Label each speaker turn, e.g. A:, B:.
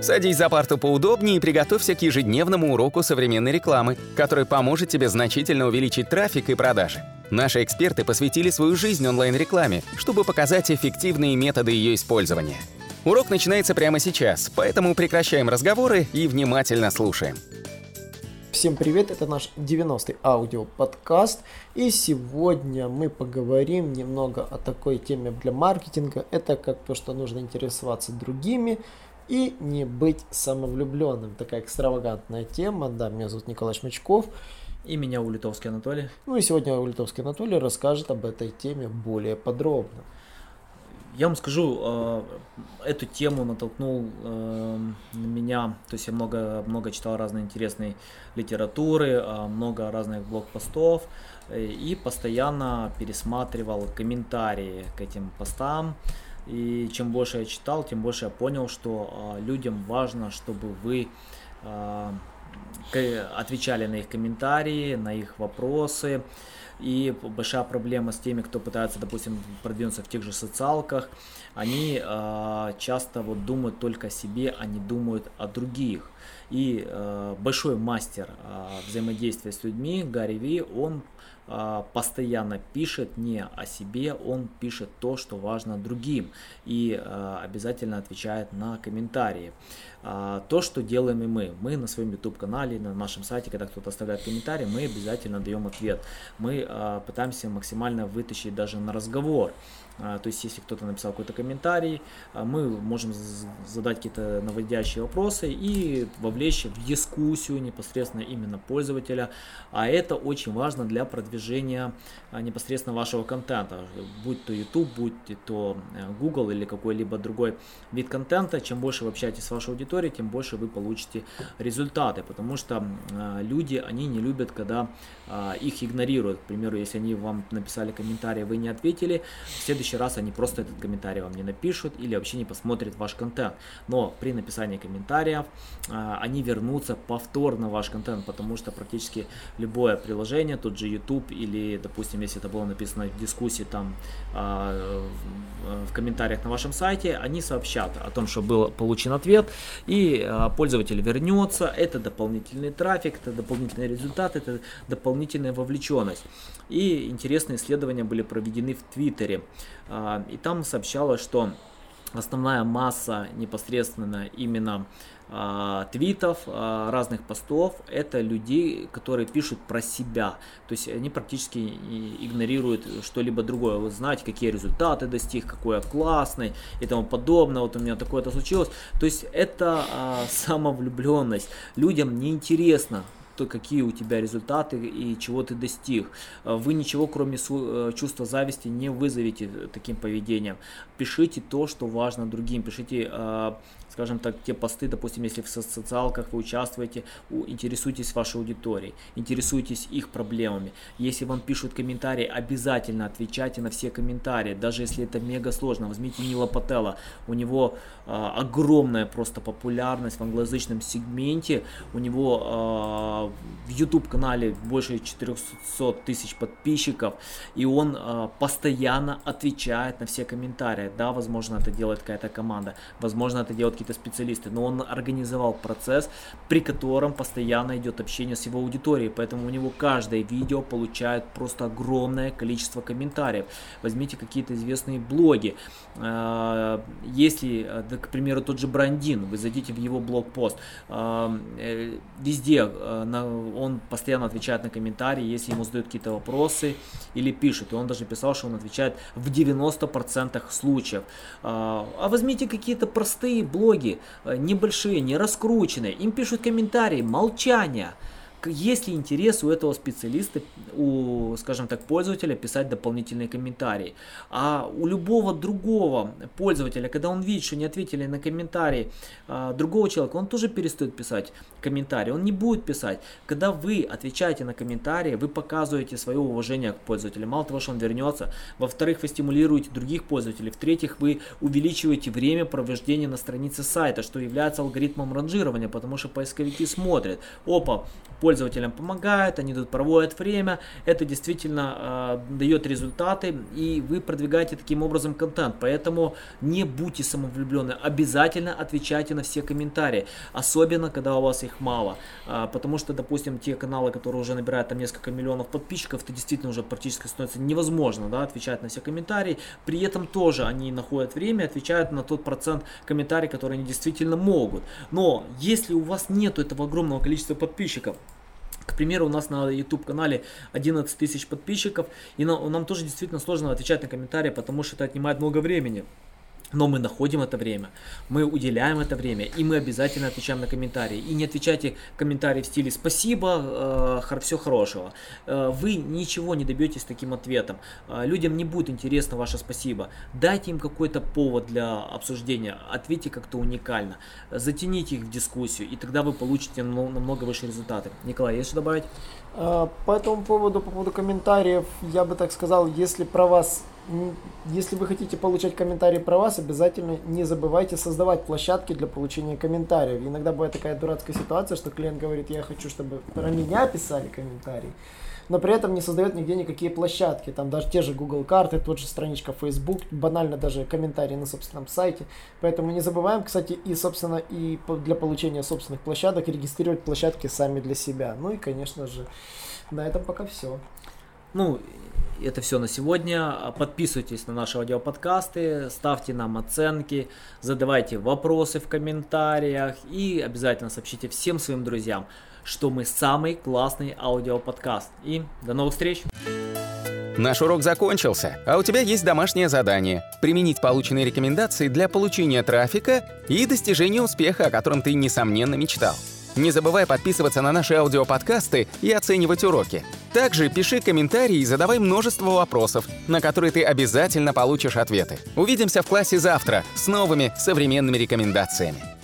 A: Садись за парту поудобнее и приготовься к ежедневному уроку современной рекламы, который поможет тебе значительно увеличить трафик и продажи. Наши эксперты посвятили свою жизнь онлайн-рекламе, чтобы показать эффективные методы ее использования. Урок начинается прямо сейчас, поэтому прекращаем разговоры и внимательно слушаем.
B: Всем привет, это наш 90-й аудиоподкаст, и сегодня мы поговорим немного о такой теме для маркетинга. Это как то, что нужно интересоваться другими и не быть самовлюбленным. Такая экстравагантная тема. Да, меня зовут Николай Шмычков.
C: И меня Улитовский Анатолий.
B: Ну и сегодня Улитовский Анатолий расскажет об этой теме более подробно.
C: Я вам скажу, эту тему натолкнул на меня, то есть я много читал разной интересной литературы, много разных блог-постов и постоянно пересматривал комментарии к этим постам. И чем больше я читал, тем больше я понял, что людям важно, чтобы вы отвечали на их комментарии, на их вопросы. И большая проблема с теми, кто пытается, допустим, продвинуться в тех же социалках, они часто думают только о себе, а не думают о других. И большой мастер взаимодействия с людьми, Гарри Ви, он постоянно пишет не о себе, он пишет то, что важно другим, и обязательно отвечает на комментарии. То, что делаем и мы на своем YouTube-канале, на нашем сайте, когда кто-то оставляет комментарий, мы обязательно даем ответ. Мы пытаемся максимально вытащить даже на разговор. То есть, если кто-то написал какой-то комментарий, мы можем задать какие-то наводящие вопросы и вовлечь в дискуссию непосредственно именно пользователя. А это очень важно для продвижения непосредственно вашего контента. Будь то YouTube, будь то Google или какой-либо другой вид контента. Чем больше вы общаетесь с вашей аудиторией, тем больше вы получите результаты. Потому что люди, они не любят, когда их игнорируют. К примеру, если они вам написали комментарий, вы не ответили, в следующий раз они просто этот комментарий вам не напишут или вообще не посмотрят ваш контент. Но при написании комментариев они вернутся повторно в ваш контент, потому что практически любое приложение, тот же YouTube или, допустим, если это было написано в дискуссии там в комментариях на вашем сайте, они сообщат о том, что был получен ответ, и пользователь вернется. Это дополнительный трафик, это дополнительный результат, это дополнительная вовлеченность. И интересные исследования были проведены в Твиттере. И там сообщалось, что основная масса непосредственно именно твитов, разных постов, это людей, которые пишут про себя. То есть они практически игнорируют что-либо другое. Вы знаете, какие результаты достиг, какой я классный и тому подобное. Вот у меня такое-то случилось. То есть это самовлюбленность. Людям неинтересно, то какие у тебя результаты и чего ты достиг. Вы ничего, кроме чувства зависти, не вызовете таким поведением. Пишите то, что важно другим. Пишите, скажем так, те посты, допустим, если в социалках вы участвуете, интересуйтесь вашей аудиторией, интересуйтесь их проблемами. Если вам пишут комментарии, обязательно отвечайте на все комментарии, даже если это мега сложно. Возьмите Нила Пателла, у него огромная просто популярность в англоязычном сегменте, у него в YouTube-канале больше 400 тысяч подписчиков, и он постоянно отвечает на все комментарии. Да, возможно, это делает какая-то команда, возможно, это делают какие-то специалисты, но он организовал процесс, при котором постоянно идет общение с его аудиторией, поэтому у него каждое видео получает просто огромное количество комментариев. Возьмите какие-то известные блоги, если, к примеру, тот же Брандин, вы зайдите в его блог-пост, везде он постоянно отвечает на комментарии, если ему задают какие-то вопросы или пишут, и он даже писал, что он отвечает в 90% случаев. А возьмите какие-то простые блоги, небольшие, не раскрученные, им пишут комментарии, молчание. Есть ли интерес у этого специалиста, у, скажем так, пользователя писать дополнительные комментарии? А у любого другого пользователя, когда он видит, что не ответили на комментарии другого человека, он тоже перестает писать комментарии, он не будет писать. Когда вы отвечаете на комментарии, вы показываете свое уважение к пользователю. Мало того, что он вернется, во-вторых, вы стимулируете других пользователей, в-третьих, вы увеличиваете время провождения на странице сайта, что является алгоритмом ранжирования, потому что поисковики смотрят, опа, пользователь пользователям помогает, они тут проводят время, это действительно дает результаты, и вы продвигаете таким образом контент. Поэтому не будьте самовлюбленны, обязательно отвечайте на все комментарии, особенно когда у вас их мало, потому что, допустим, те каналы, которые уже набирают там несколько миллионов подписчиков, это действительно уже практически становится невозможно, да, отвечать на все комментарии. При этом тоже они находят время, отвечают на тот процент комментариев, которые они действительно могут. Но если у вас нету этого огромного количества подписчиков, к примеру, у нас на YouTube канале 11 тысяч подписчиков, и нам тоже действительно сложно отвечать на комментарии, потому что это отнимает много времени. Но мы находим это время, мы уделяем это время, и мы обязательно отвечаем на комментарии. И не отвечайте комментарии в стиле «спасибо, все хорошего». Вы ничего не добьетесь таким ответом. Людям не будет интересно ваше «спасибо». Дайте им какой-то повод для обсуждения, ответьте как-то уникально, затяните их в дискуссию, и тогда вы получите намного выше результаты. Николай, есть что добавить?
B: По этому поводу, по поводу комментариев, я бы так сказал, если вы хотите получать комментарии про вас, обязательно не забывайте создавать площадки для получения комментариев. Иногда бывает такая дурацкая ситуация, что клиент говорит: я хочу, чтобы про меня писали комментарии, но при этом не создает нигде никакие площадки. Там даже те же Google карты, тот же страничка Facebook, банально даже комментарии на собственном сайте. Поэтому не забываем, кстати, и для получения собственных площадок регистрировать площадки сами для себя. Ну и, конечно же, на этом пока все.
C: Это все на сегодня. Подписывайтесь на наши аудиоподкасты, ставьте нам оценки, задавайте вопросы в комментариях и обязательно сообщите всем своим друзьям, что мы самый классный аудиоподкаст. И до новых встреч!
A: Наш урок закончился, а у тебя есть домашнее задание – применить полученные рекомендации для получения трафика и достижения успеха, о котором ты, несомненно, мечтал. Не забывай подписываться на наши аудиоподкасты и оценивать уроки. Также пиши комментарии и задавай множество вопросов, на которые ты обязательно получишь ответы. Увидимся в классе завтра с новыми современными рекомендациями.